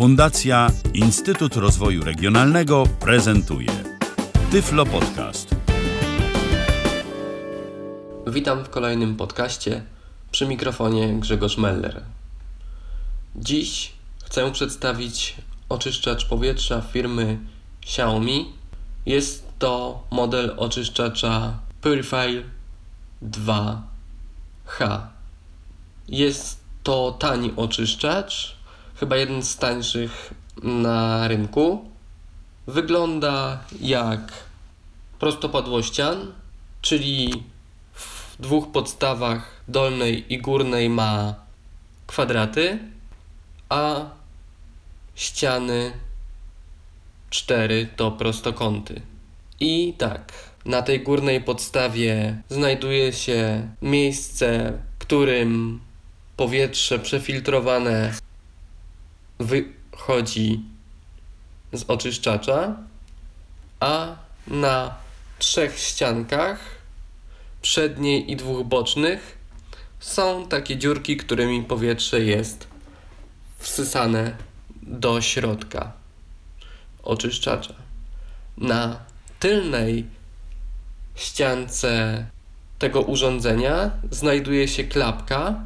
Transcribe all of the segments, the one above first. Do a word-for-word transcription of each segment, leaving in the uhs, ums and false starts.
Fundacja Instytut Rozwoju Regionalnego prezentuje Tyflo Podcast. Witam w kolejnym podcaście, przy mikrofonie Grzegorz Meller. Dziś chcę przedstawić oczyszczacz powietrza firmy Xiaomi. Jest to model oczyszczacza Purify dwa H. Jest to tani oczyszczacz, chyba jeden z tańszych na rynku. Wygląda jak prostopadłościan, czyli w dwóch podstawach dolnej i górnej ma kwadraty, a ściany cztery to prostokąty. I tak, na tej górnej podstawie znajduje się miejsce, w którym powietrze przefiltrowane wychodzi z oczyszczacza, a na trzech ściankach, przedniej i dwóch bocznych, są takie dziurki, którymi powietrze jest wsysane do środka oczyszczacza. Na tylnej ściance tego urządzenia znajduje się klapka,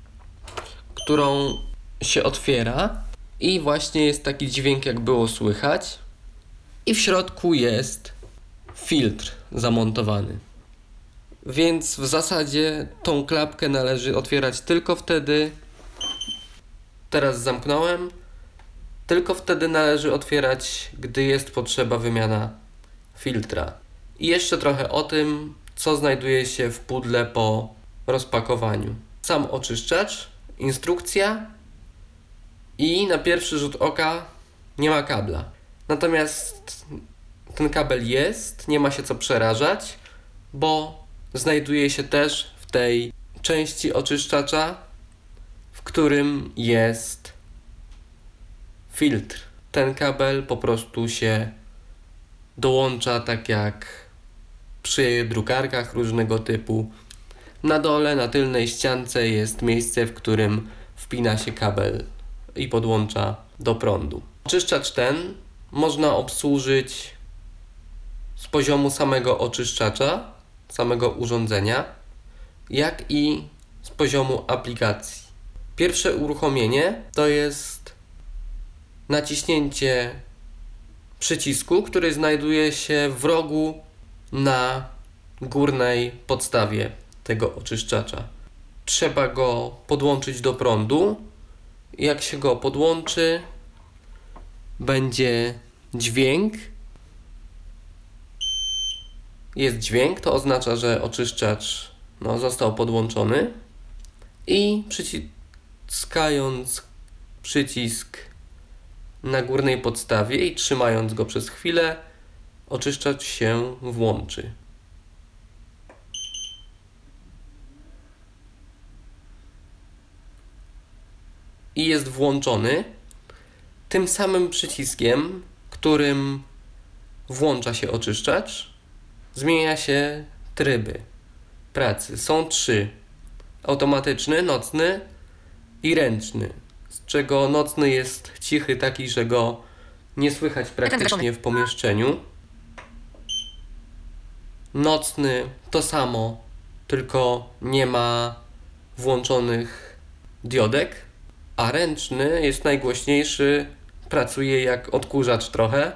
którą się otwiera i właśnie jest taki dźwięk, jak było słychać, i w środku jest filtr zamontowany. Więc w zasadzie tą klapkę należy otwierać tylko wtedy, teraz zamknąłem, tylko wtedy należy otwierać, gdy jest potrzeba wymiana filtra. I jeszcze trochę o tym, co znajduje się w pudle po rozpakowaniu. Sam oczyszczacz, instrukcja i na pierwszy rzut oka nie ma kabla. Natomiast ten kabel jest, nie ma się co przerażać, bo znajduje się też w tej części oczyszczacza, w którym jest filtr. Ten kabel po prostu się dołącza tak jak przy drukarkach różnego typu. Na dole, na tylnej ściance jest miejsce, w którym wpina się kabel i podłącza do prądu. Oczyszczacz ten można obsłużyć z poziomu samego oczyszczacza, samego urządzenia, jak i z poziomu aplikacji. Pierwsze uruchomienie to jest naciśnięcie przycisku, który znajduje się w rogu na górnej podstawie tego oczyszczacza. Trzeba go podłączyć do prądu. Jak się go podłączy, będzie dźwięk. Jest dźwięk, to oznacza, że oczyszczacz no, został podłączony. I przyciskając przycisk na górnej podstawie i trzymając go przez chwilę, oczyszczacz się włączy. I jest włączony tym samym przyciskiem, którym włącza się oczyszczacz, zmienia się tryby pracy. Są trzy. Automatyczny, nocny i ręczny. Z czego nocny jest cichy, taki, że go nie słychać praktycznie w pomieszczeniu. Nocny to samo, tylko nie ma włączonych diodek. A ręczny jest najgłośniejszy, pracuje jak odkurzacz trochę.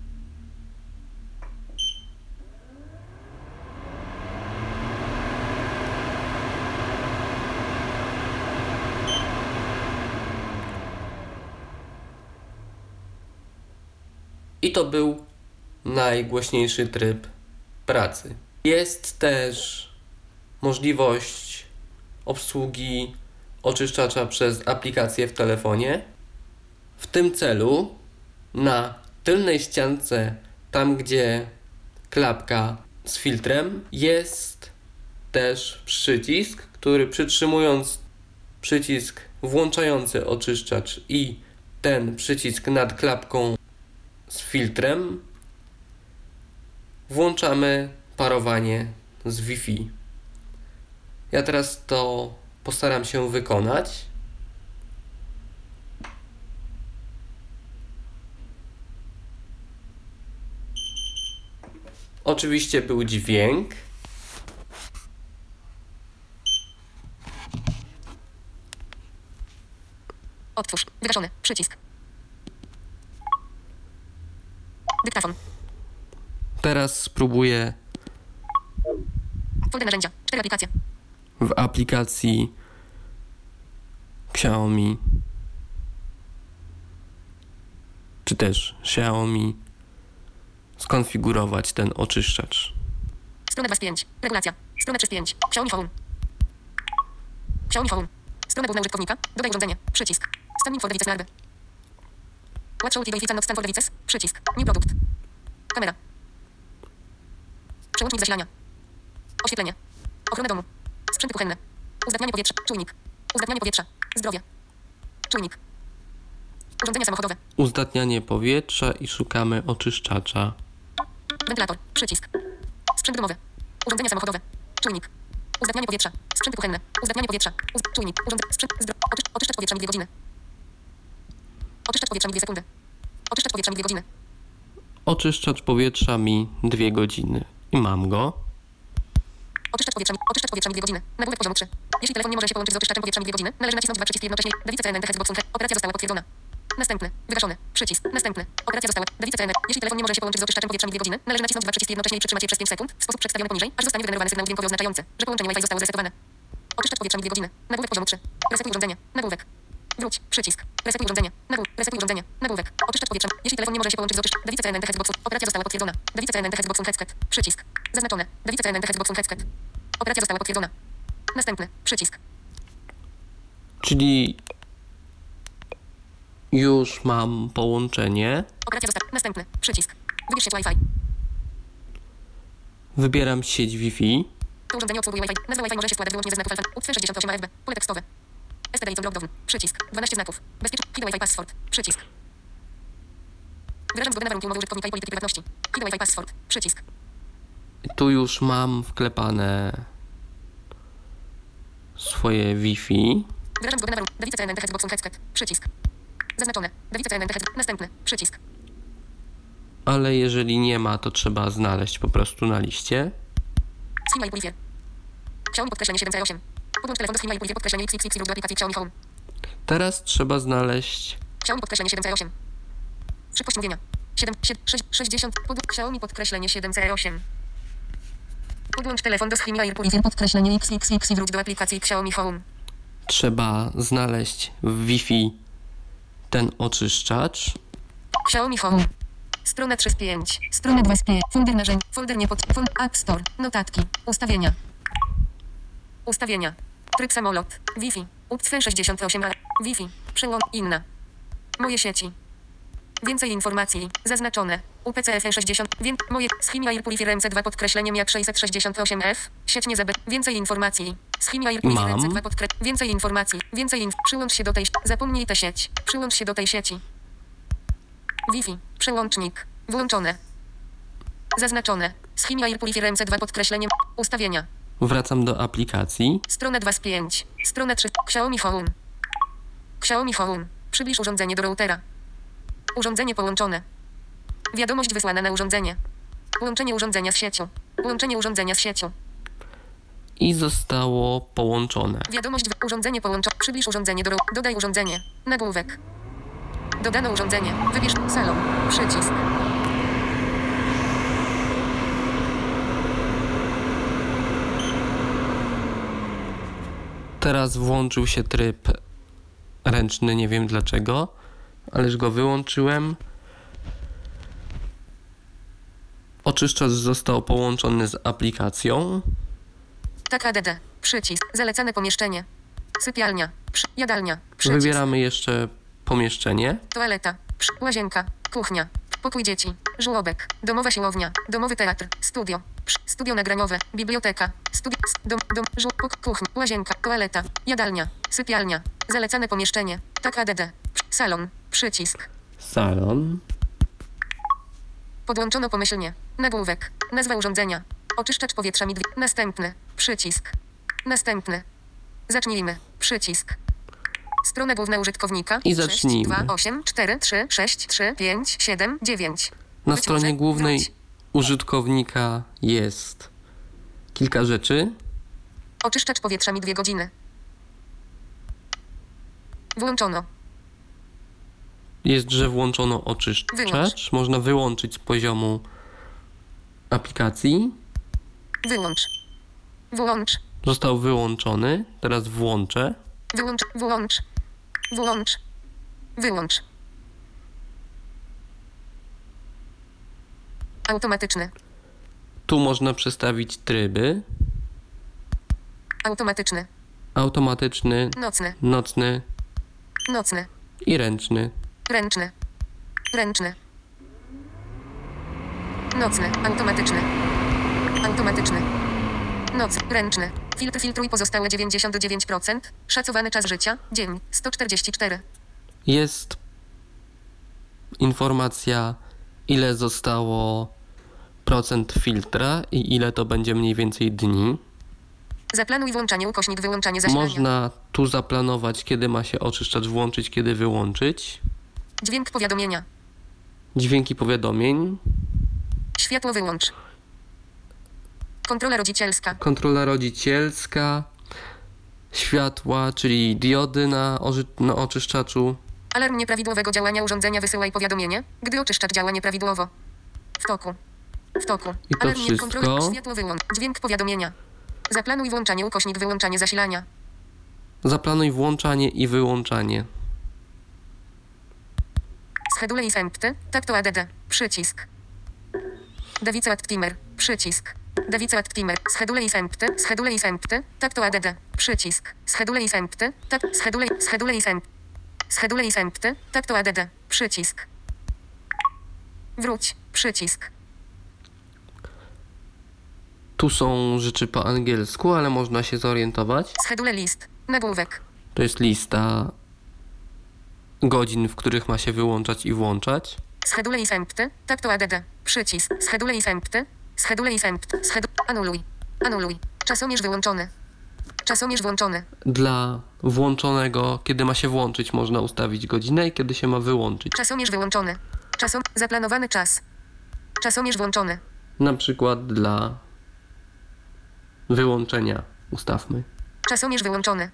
I to był najgłośniejszy tryb pracy. Jest też możliwość obsługi oczyszczacza przez aplikację w telefonie. W tym celu na tylnej ściance, tam gdzie klapka z filtrem, jest też przycisk, który przytrzymując przycisk włączający oczyszczacz i ten przycisk nad klapką z filtrem, włączamy parowanie z Wi-Fi. Ja teraz to postaram się wykonać. Oczywiście był dźwięk. Odtwórz. Wygaszony. Przycisk. Dyktafon. Teraz spróbuję Folder narzędzia. Cztery aplikacje. w aplikacji Xiaomi czy też Xiaomi skonfigurować ten oczyszczacz. Strona dwa z pięć. Regulacja. Strona trzy z pięć. Xiaomi Home. Xiaomi Home. Strona główna użytkownika. Dodaj urządzenie. Przycisk. Standing for devices larby. Watch all devices not stand for devices. Przycisk. New product. Kamera. Przełącznik zasilania. Oświetlenie. Ochrona domu. Sprzęty kuchenne. Uzdatnianie powietrza. Czujnik. Uzdatnianie powietrza. Zdrowie. Czujnik. Urządzenia samochodowe. Uzdatnianie powietrza i szukamy oczyszczacza. Wentylator. Przycisk. Sprzęt domowy. Urządzenia samochodowe. Czujnik. Uzdatnianie powietrza. Sprzęty kuchenne. Uzdatnianie powietrza. Uz... Czujnik. Urządzenie. Sprzęt. Zdro... Oczysz... Oczyszczacz powietrza mi dwie godziny. Oczyszczacz powietrza mi dwie sekundy. Oczyszczacz powietrza mi dwie godziny. Oczyszczacz powietrza mi dwie godziny. I mam go. Oczyszczacz powietrza mi, oczyszczacz powietrza mi dwie godziny. Nagłówek poziomu trzy. Jeśli telefon nie może się połączyć z oczyszczaczem powietrza mi dwie godziny, należy nacisnąć dwa przyciski jednocześnie. Dawice C N N T Xbox. Operacja została potwierdzona. Następny. Wygaszony. Przycisk. Następny. Operacja została. Dawice C N N. Jeśli telefon nie może się połączyć z oczyszczaczem powietrza mi dwie godziny, należy nacisnąć dwa przyciski jednocześnie i przytrzymać je przez pięć sekund w sposób przedstawiony poniżej, aż zostanie wygenerowany sygnał dźwiękowy oznaczający, że połączenie Wi-Fi zostało zresetowane. Oczyszczacz powietrza mi dwie godziny. Nagłówek poziomu trzy. Resetuj urządzenie. Nagłówek. Wróć. Przycisk. Resetuj urządzenie. Nagłówek. Resetuj urządzenie. Nagłówek. Oczyszczacz powietrza. Jeśli telefon nie może się połączyć z oczyszczaczem. Dawice C N N T Xbox. Operacja została potwierdzona. Dawice C N N T Xbox Headset. Przycisk. Zaznaczone. Dawice C N N T Xbox Headset. Operacja została potwierdzona. Następny. Przycisk. Czyli już mam połączenie. Operacja została. Następny. Przycisk. Wybierz sieć Wi-Fi. Wybieram sieć Wi-Fi. To urządzenie obsługuje Wi-Fi. Nazwa Wi-Fi może się składać wyłącznie ze znaków alfa. U C sześćdziesiąt osiem A F B. Pole tekstowe. S T D i Blockdown. Przycisk. dwanaście znaków. Bezpieczny. Hidden Wi-Fi Password. Przycisk. Wyrażam zgodę na warunki umowy użytkownika i polityki prywatności. Hidden Wi-Fi Password. Przycisk. Tu już mam wklepane swoje Wi-Fi. Wyrażam zgodę na warunki. Dawice C N N T Xbox Headset. Przycisk. Zaznaczone. Dawice C N N T Headset. Następny. Przycisk. Ale jeżeli nie ma, to trzeba znaleźć po prostu na liście. Schema i Purifier. Xiaomi podkreślenie siedem C osiem. Podłącz telefon do Schema i Purifier podkreślenie X X X do aplikacji Xiaomi Home. Teraz trzeba znaleźć Xiaomi podkreślenie siedem C osiem. Szybkość mówienia. siedem, siedem, sześć, sześćdziesiąt. Pod... Xiaomi podkreślenie siedem C osiem. Podłącz telefon do Schema i Purifier podkreślenie X X X i wróć do aplikacji Xiaomi Home. Trzeba znaleźć w Wi-Fi ten oczyszczacz. Xiaomi Home. Strona trzy z pięć. Strona dwa z pięć. Folder narzędzi. Folder nie pod... Folder App Store. Notatki. Ustawienia. Ustawienia. Tryb samolot. Wi-Fi. U C sześćdziesiąt osiem A. Wi-Fi. Przełącz. Inna. Moje sieci. Więcej informacji. Zaznaczone. U P C F sześćdziesiąt. Wię... Moje. Schema Air Purifier M C dwa podkreślenie jak sześćset sześćdziesiąt osiem F. Sieć nie zabe... Więcej informacji. Schema Air Purifier M C dwa podkre... Więcej informacji. Więcej inf... Przyłącz się do tej... Zapomnij tę sieć. Przyłącz się do tej sieci. Wi-Fi. Przełącznik. Włączone. Zaznaczone. Schema Air Purifier M C dwa podkreślenie. Ustawienia. Wracam do aplikacji. Strona dwa z pięć. Strona trzy. Xiaomi Home. Xiaomi Home. Przybliż urządzenie do routera. Urządzenie połączone. Wiadomość wysłana na urządzenie. Połączenie urządzenia z siecią. Połączenie urządzenia z siecią. I zostało połączone. Wiadomość w... Urządzenie połączone. Przybliż urządzenie do routera. Dodaj urządzenie. Nagłówek. Dodano urządzenie. Wybierz salon. Przycisk. Teraz włączył się tryb ręczny, nie wiem dlaczego, ależ go wyłączyłem. Oczyszczacz został połączony z aplikacją. Tak A D D. Przycisk. Zalecane pomieszczenie. Sypialnia. Przy... Jadalnia. Przycisk. Wybieramy jeszcze pomieszczenie. Toaleta. Przy... Łazienka. Kuchnia. Pokój dzieci. Żłobek. Domowa siłownia. Domowy teatr. Studio. Przy... Studio nagraniowe. Biblioteka. Studio. Dom. Dom. Żłobek. Kuchnia. Łazienka. Toaleta. Jadalnia. Sypialnia. Zalecane pomieszczenie. Tak A D D. Przy... Salon. Przycisk. Salon. Podłączono pomyślnie. Nagłówek. Nazwa urządzenia. Oczyszczacz powietrza mi dwie. Następny. Przycisk. Następny. Zacznijmy. Przycisk. Strona główna użytkownika. I zacznijmy. sześć, dwa, osiem, cztery, trzy, sześć, trzy, pięć, siedem, dziewięć. Na Być stronie może głównej wróć. użytkownika jest kilka rzeczy. Oczyszczacz powietrza mi dwie godziny. Włączono. Jest, że włączono oczyszczacz. Wyłącz. Można wyłączyć z poziomu aplikacji. Wyłącz. Włącz. Został wyłączony. Teraz włączę. Wyłącz. Włącz. Włącz. Wyłącz. Automatyczny. Tu można przestawić tryby. Automatyczny. Automatyczny, Nocny. nocny Nocny. i ręczny. Ręczny. Ręczny. Nocny. Automatyczny. Automatyczny. Noc. Ręczny. Filtr filtruj pozostałe dziewięćdziesiąt dziewięć procent. Szacowany czas życia. Dzień. sto czterdzieści cztery. Jest informacja, ile zostało procent filtra i ile to będzie mniej więcej dni. Zaplanuj włączanie ukośnik wyłączanie zasilania. Można tu zaplanować, kiedy ma się oczyszczacz włączyć, kiedy wyłączyć. Dźwięk powiadomienia. Dźwięki powiadomień. Światło wyłącz. Kontrola rodzicielska. Kontrola rodzicielska. Światła, czyli diody na, oży- na oczyszczaczu. Alarm nieprawidłowego działania urządzenia. Wysyłaj powiadomienie, gdy oczyszczacz działa nieprawidłowo. W toku. W toku. I to Alarm nie- wszystko? kontrola- Światło wyłącz. Dźwięk powiadomienia. Zaplanuj włączanie ukośnik wyłączanie zasilania. Zaplanuj włączanie i wyłączanie. Schedule is empty. Tak to A D D. Przycisk. Dawice at timer. Przycisk. Dawice at timer. Schedule is empty. Schedule is empty. Tak to A D D. Przycisk. Schedule is empty. Tak. Schedule. Schedule is empty. Schedule is empty. Tak to A D D. Przycisk. Wróć. Przycisk. Tu są rzeczy po angielsku, ale można się zorientować. Schedule list. Nagłówek. To jest lista godzin, w których ma się wyłączać i włączać. Schedule is empty. Tak to A D D. Przycisk. Schedule is empty. Schedule is empty. Schedu... Anuluj. Anuluj. Czasomierz wyłączony. Czasomierz włączony. Dla włączonego, kiedy ma się włączyć, można ustawić godzinę i kiedy się ma wyłączyć. Czasomierz wyłączony. Czasom... Zaplanowany czas. Czasomierz włączony. Na przykład dla wyłączenia ustawmy. Czasomierz wyłączony.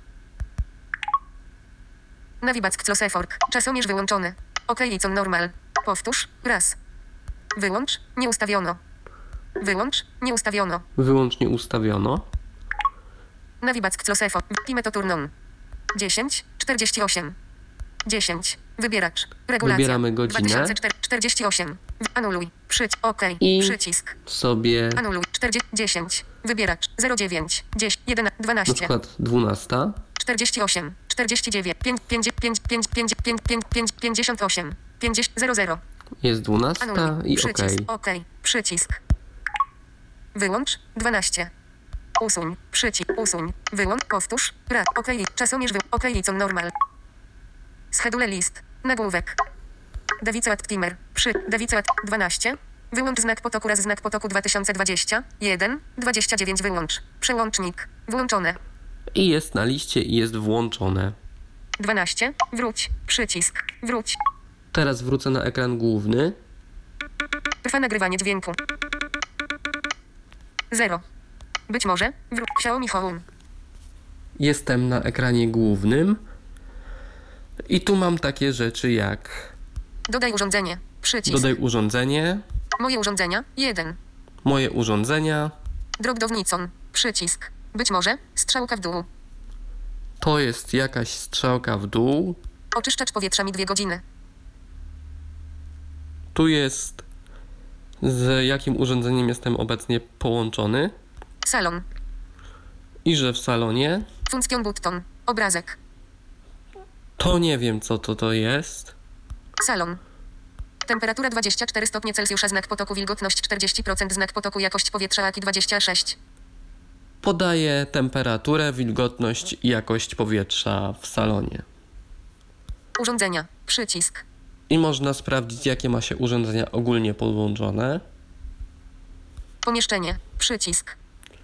Nawiback closefork. Czasomierz wyłączony. OK, it's on normal. Powtórz. Raz. Wyłącz. Nie ustawiono. Wyłącz. Nie ustawiono. Wyłącznie ustawiono. Nawiback closefork. Pimeto turnon. dziesięć. czterdzieści osiem. dziesięć. Wybieracz. Regulacja. Wybieramy godzinę. dwa tysiące czterdzieści osiem. Anuluj. Przycisk. OK. I Przycisk. sobie Anuluj. czterdzieści. dziesięć. Wybieracz. zero dziewięć. dziesięć. jedenaście. na dwanaście. przykład dwunasta. czterdzieści osiem, czterdzieści dziewięć, pięć, pięć, pięć, pięć, pięć, pięć, pięć, pięć, pięćdziesiąt osiem, pięćdziesiąt, zero, zero. Jest dwunasta Anuluj. i OK. Przycisk. OK. Przycisk. Wyłącz. dwanaście. Usuń. Przycisk. Usuń. Wyłącz. Powtórz. Raz. OK. Czasomierz. Wy... OK. Co normal. Schedule list. Nagłówek. Dawice at timer. Przy. Dawice at dwanaście. Wyłącz znak potoku raz znak potoku dwa tysiące dwadzieścia jeden. dwadzieścia dziewięć. Wyłącz. Przełącznik. Włączone. I jest na liście i jest włączone. dwanaście. Wróć. Przycisk. Wróć. Teraz wrócę na ekran główny. Trwa nagrywanie dźwięku. zero. Być może. Wróć. Xiaomi Home. Jestem na ekranie głównym. I tu mam takie rzeczy jak Dodaj urządzenie. Przycisk. dodaj urządzenie, Moje urządzenia. jeden. moje urządzenia. Drobnownicą. Przycisk. Być może. Strzałka w dół. To jest jakaś strzałka w dół. Oczyszczacz powietrza mi dwie godziny. Tu jest z jakim urządzeniem jestem obecnie połączony. Salon. I że w salonie. Funkcjon button. Obrazek. To nie wiem co to to jest. Salon. Temperatura dwadzieścia cztery stopnie Celsjusza. Znak potoku wilgotność czterdzieści procent. Znak potoku jakość powietrza A K I dwadzieścia sześć. Podaje temperaturę, wilgotność i jakość powietrza w salonie. Urządzenia. Przycisk. I można sprawdzić jakie ma się urządzenia ogólnie podłączone. Pomieszczenie. Przycisk.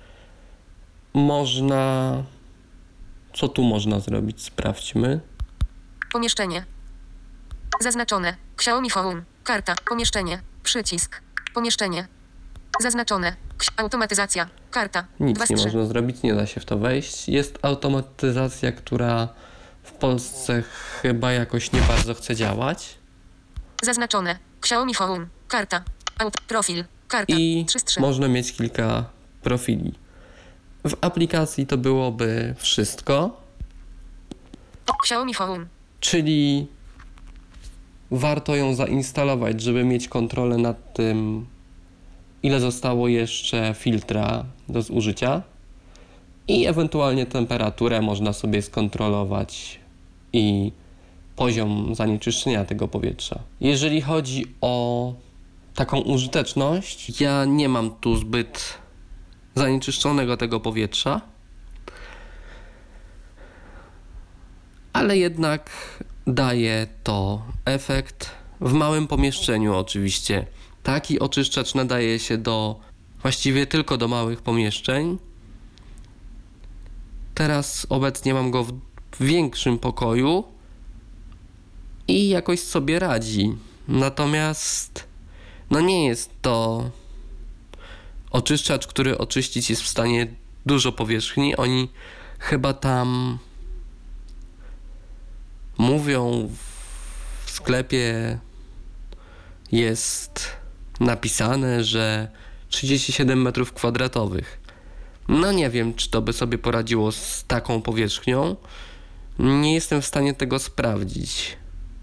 Można... Co tu można zrobić? Sprawdźmy. Pomieszczenie. Zaznaczone. Xiaomi Home. Karta. Pomieszczenie. Przycisk. Pomieszczenie. Zaznaczone. Ks- Automatyzacja. Karta. Nic dwa z nie trzy. można zrobić, nie da się w to wejść. Jest automatyzacja, która w Polsce chyba jakoś nie bardzo chce działać. Zaznaczone. Xiaomi Phone. Karta. Aut. Profil. Karta. I trzy z trzy. można mieć kilka profili. W aplikacji to byłoby wszystko, Xiaomi Phone. czyli warto ją zainstalować, żeby mieć kontrolę nad tym, ile zostało jeszcze filtra do zużycia i ewentualnie temperaturę można sobie skontrolować i poziom zanieczyszczenia tego powietrza. Jeżeli chodzi o taką użyteczność, ja nie mam tu zbyt zanieczyszczonego tego powietrza, ale jednak daje to efekt w małym pomieszczeniu oczywiście. Taki oczyszczacz nadaje się do właściwie tylko do małych pomieszczeń. Teraz obecnie mam go w większym pokoju i jakoś sobie radzi. Natomiast no nie jest to oczyszczacz, który oczyścić jest w stanie dużo powierzchni. Oni chyba tam mówią, w sklepie jest napisane, że trzydzieści siedem metrów kwadratowych. No nie wiem, czy to by sobie poradziło z taką powierzchnią. Nie jestem w stanie tego sprawdzić.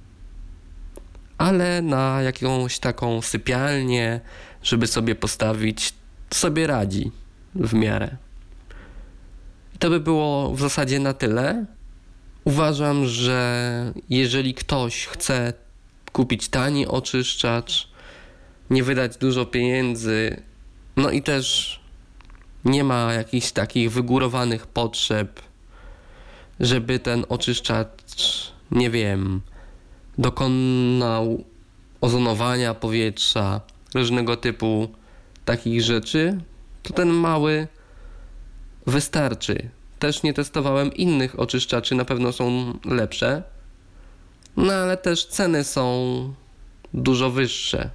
Ale na jakąś taką sypialnię, żeby sobie postawić, sobie radzi w miarę. I to by było w zasadzie na tyle. Uważam, że jeżeli ktoś chce kupić tani oczyszczacz, nie wydać dużo pieniędzy, no i też nie ma jakichś takich wygórowanych potrzeb, żeby ten oczyszczacz, nie wiem, dokonał ozonowania powietrza, różnego typu takich rzeczy, to ten mały wystarczy. Też nie testowałem innych oczyszczaczy, na pewno są lepsze, no ale też ceny są dużo wyższe.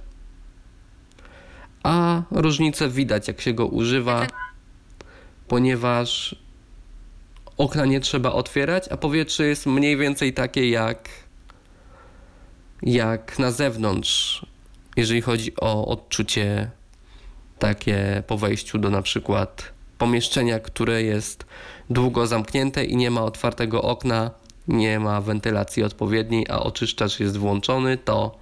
A różnicę widać, jak się go używa, ponieważ okna nie trzeba otwierać, a powietrze jest mniej więcej takie jak, jak na zewnątrz, jeżeli chodzi o odczucie takie po wejściu do na przykład pomieszczenia, które jest długo zamknięte i nie ma otwartego okna, nie ma wentylacji odpowiedniej, a oczyszczacz jest włączony, to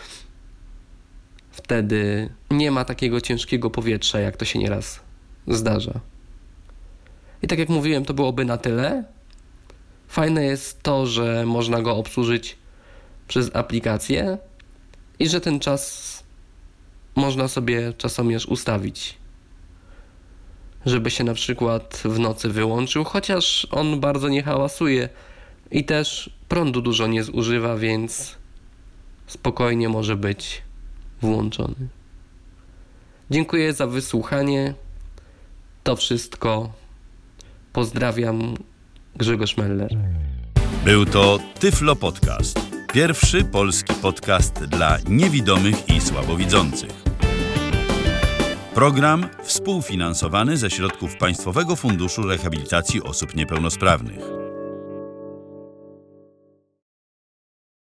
wtedy nie ma takiego ciężkiego powietrza, jak to się nieraz zdarza. I tak jak mówiłem, to byłoby na tyle. Fajne jest to, że można go obsłużyć przez aplikację i że ten czas można sobie czasomierz ustawić, żeby się na przykład w nocy wyłączył, chociaż on bardzo nie hałasuje i też prądu dużo nie zużywa, więc spokojnie może być włączony. Dziękuję za wysłuchanie. To wszystko. Pozdrawiam, Grzegorz Meller. Był to Tyflo Podcast. Pierwszy polski podcast dla niewidomych i słabowidzących. Program współfinansowany ze środków Państwowego Funduszu Rehabilitacji Osób Niepełnosprawnych.